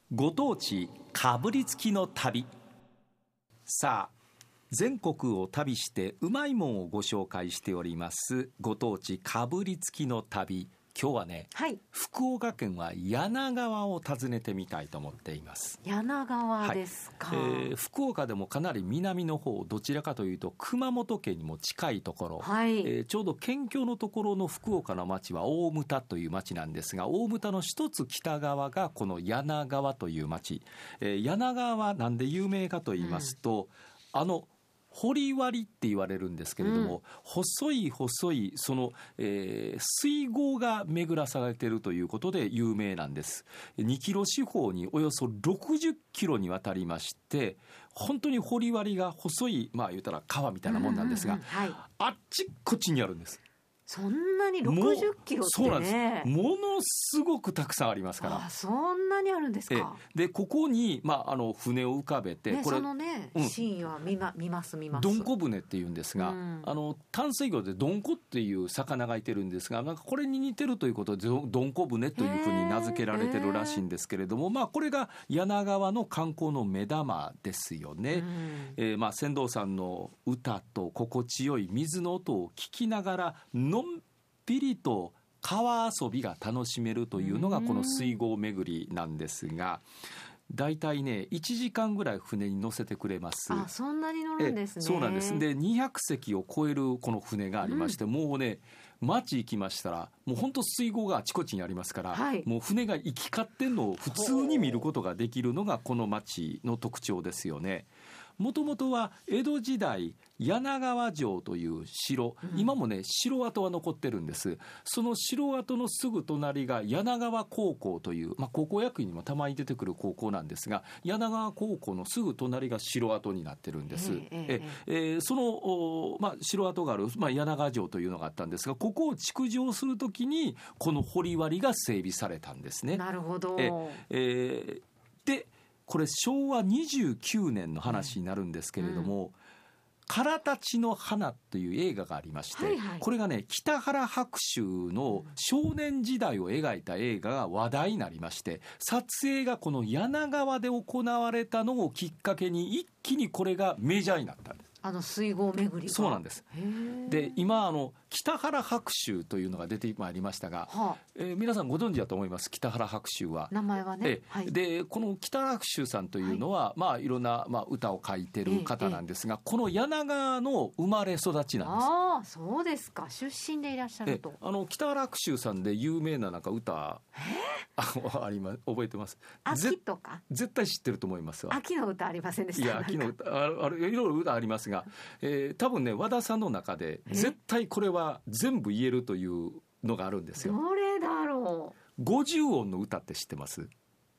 ご当地かぶりつきの旅。さあ、全国を旅してうまいもんをご紹介しておりますご当地かぶりつきの旅。今日はね、福岡県は柳川を訪ねてみたいと思っています。 柳川ですか。 福岡でもかなり南の方、どちらかというと熊本県にも近いところ、ちょうど県境のところの福岡の町は大牟田という町なんですが、大牟田の一つ北側がこの柳川という町。柳川はなんで有名かと言いますと、堀割って言われるんですけれども、細いその、水郷が巡らされているということで有名なんです。2キロ四方におよそ60キロにわたりまして、本当に堀割が細い、言うたら川みたいなもんなんですが、あっちこっちにあるんです。 そんなに60キロってね。 そうなんです。ものすごくたくさんありますから。 そんなにあるんですか。 でここに、船を浮かべて、これそのね、シーンは見ます。 どんこ船っていうんですが、淡水魚でどんこっていう魚がいてるんですが、なんかこれに似てるということでどんこ船というふうに名付けられてるらしいんですけれども、これが柳川の観光の目玉ですよね。船頭さんの歌と心地よい水の音を聞きながらのんびりと川遊びが楽しめるというのがこの水郷巡りなんですが、だいたいね1時間ぐらい船に乗せてくれます。 そんなに乗るんですね。 そうなんです。で200隻を超えるこの船がありまして、もうね町行きましたらもう本当水郷があちこちにありますから、もう船が行き交ってんのを普通に見ることができるのがこの町の特徴ですよね。もともとは江戸時代柳川城という城、今もね城跡は残ってるんです。その城跡のすぐ隣が柳川高校という、高校野球にもたまに出てくる高校なんですが、柳川高校のすぐ隣が城跡になってるんです。その、城跡がある、柳川城というのがあったんですが、ここを築城するときにこの堀割が整備されたんですね。 なるほど。 でこれ昭和29年の話になるんですけれども、からたちの花という映画がありまして、これがね北原白秋の少年時代を描いた映画が話題になりまして、撮影がこの柳川で行われたのをきっかけに一気にこれがメジャーになったんです。 水郷巡りが。 そうなんです。で今北原白秋というのが出てまいりましたが、皆さんご存知だと思います。北原白秋は名前はね、 でこの北原白秋さんというのは、いろんな、歌を書いてる方なんですが、この柳川の生まれ育ちなんです。 そうですか。出身でいらっしゃると。 北原白秋さんで有名な歌あります。覚えてます。 秋とか絶対知ってると思いますわ。 秋の歌ありませんでした？ いや、秋の歌いろいろ歌ありますが、多分ね和田さんの中で絶対これは全部言えるというのがあるんですよ。 どれだろう。50音の歌って知ってます？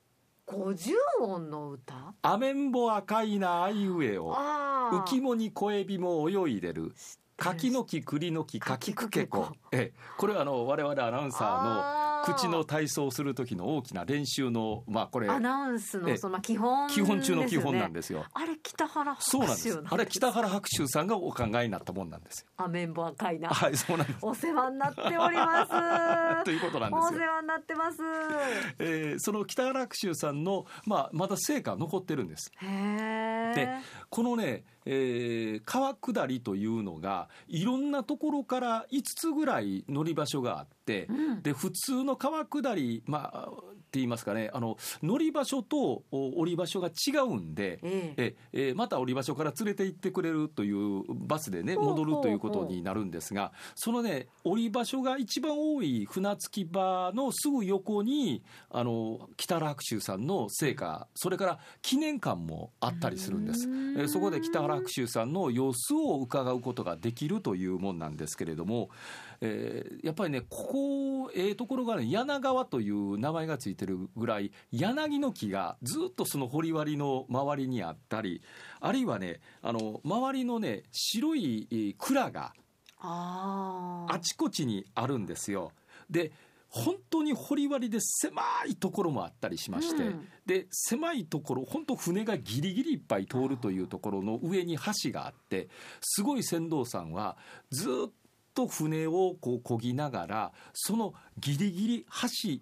50音の歌。 アメンボ赤いなあいうえを、浮もに小エビも泳いでる、柿の木栗の木柿くけこ。これは我々アナウンサーの口の体操をする時の大きな練習の、これアナウンスのその基本中の基本なんですよ。 あれ北原白秋。 そうなんです。あれ北原白秋さんがお考えになったもんなんですよ。 アメンボ赤いな。 そうなんです。 お世話になっておりますということなんですよ。 お世話になってます。 その北原白秋さんの、まだ成果残ってるんです。でこのね、川下りというのがいろんなところから5つぐらい乗り場所があって、で普通の川下り、って言いますかね、乗り場所と降り場所が違うんで、また降り場所から連れて行ってくれるというバスでね戻るということになるんですが、そのね降り場所が一番多い船着き場のすぐ横に北原白秋さんの生家、それから記念館もあったりするんです。そこで北原白秋さんの様子を伺うことができるというもんなんですけれども、やっぱりねここところがね柳川という名前がついてるぐらい柳の木がずっとその堀割の周りにあったり、あるいはね周りのね白い蔵があちこちにあるんですよ。で本当に堀割で狭いところもあったりしまして、で狭いところ本当船がギリギリいっぱい通るというところの上に橋があって、すごい船頭さんはずっと船をこぎながらそのギリギリ橋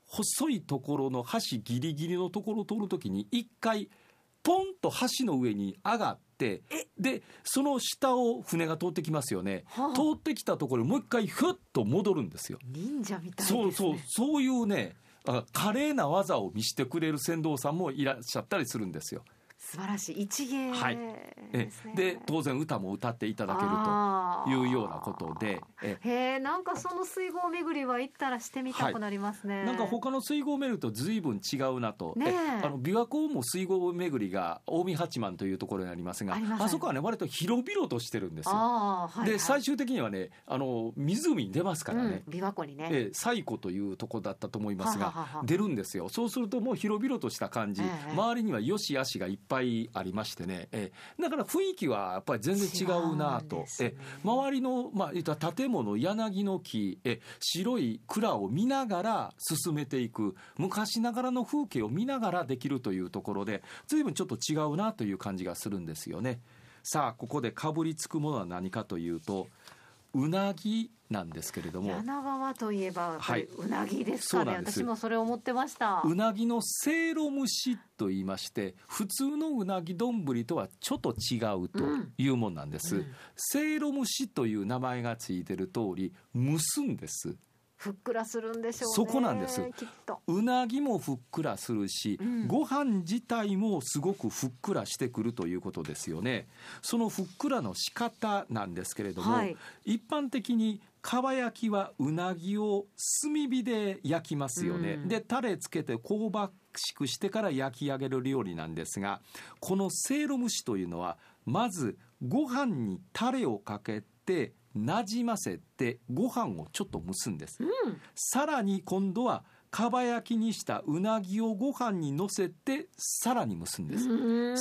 細いところの橋ギリギリのところを通るときに一回ポンと橋の上に上がって、でその下を船が通ってきますよね、 はあ、 通ってきたところにもう一回ふっと戻るんですよ。 忍者みたいですね。 そういうね、華麗な技を見せてくれる船頭さんもいらっしゃったりするんですよ。 素晴らしい一芸ですね。 で当然歌も歌っていただけるというようなことで、 なんかその水郷巡りは行ったらしてみたくなりますね、 なんか他の水郷巡りと随分違うなと、 ね、 琵琶湖も水郷巡りが近江八幡というところにありますが、あそこはね割と広々としてるんですよ。で最終的にはね湖に出ますからね、 琵琶湖にね、 西湖というところだったと思いますが出るんですよ。そうするともう広々とした感じ、周りには良し悪しがいっぱいありましてね、だから雰囲気はやっぱり全然違うなと、周りの、建物、柳の木、白い蔵を見ながら進めていく、昔ながらの風景を見ながらできるというところで随分ちょっと違うなという感じがするんですよね。さあここでかぶりつくものは何かというとうなぎなんですけれども、 柳川といえばやっぱりうなぎですかね、私もそれを思ってました。 うなぎのせいろ蒸しと言いまして、普通のうなぎ丼とはちょっと違うというものなんです、せいろ蒸しという名前がついている通り蒸すんです。 ふっくらするんでしょうね。 そこなんです。 きっとうなぎもふっくらするし、ご飯自体もすごくふっくらしてくるということですよね。そのふっくらの仕方なんですけれども、一般的にかば焼きはうなぎを炭火で焼きますよね、でタレつけて香ばしくしてから焼き上げる料理なんですが、このせいろ蒸しというのはまずご飯にタレをかけてなじませてご飯をちょっと蒸すんです、さらに今度はかば焼きにしたうなぎをご飯に乗せてさらに蒸すんです。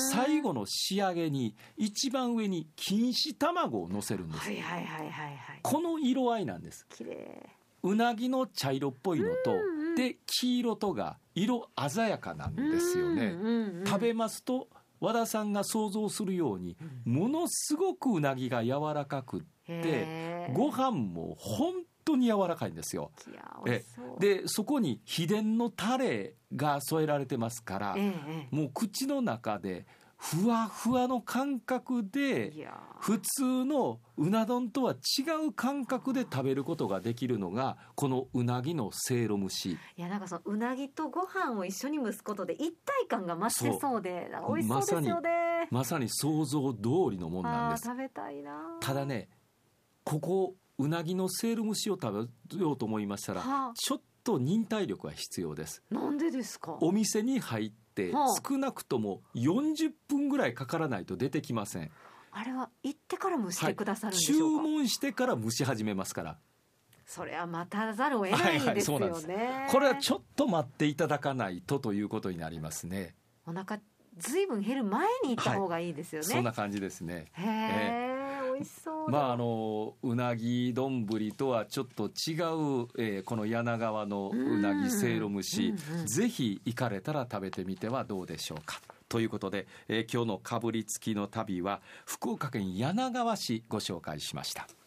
最後の仕上げに一番上に錦糸卵を乗せるんです、この色合いなんです。 綺麗。 うなぎの茶色っぽいのと、で黄色とが色鮮やかなんですよね、食べますと和田さんが想像するようにものすごくうなぎが柔らかくってご飯も本当に柔らかいんですよ。でそこに秘伝のタレが添えられてますから、もう口の中でふわふわの感覚で普通のうな丼とは違う感覚で食べることができるのがこのうなぎのせいろ蒸し。 いやなんかそのうなぎとご飯を一緒に蒸すことで一体感が増してそうで美味しそうですよね。 まさに想像通りのもんなんです。 食べたいな。 ただね、ここうなぎのせいろ蒸しを食べようと思いましたら、ちょっと忍耐力が必要です。 なんでですか？ お店に入って少なくとも40分ぐらいかからないと出てきません。 あれは行ってから蒸してくださるんでしょうか？ 注文してから蒸し始めますから。 それは待たざるを得ないんですよね、 これはちょっと待っていただかないとということになりますね。 お腹ずいぶん減る前に行った方がいいですよね、 そんな感じですね。 美味しそう。 うなぎ丼とはちょっと違う、この柳川のうなぎせいろ蒸し、ぜひ行かれたら食べてみてはどうでしょうか。ということで、今日のかぶりつきの旅は福岡県柳川市ご紹介しました。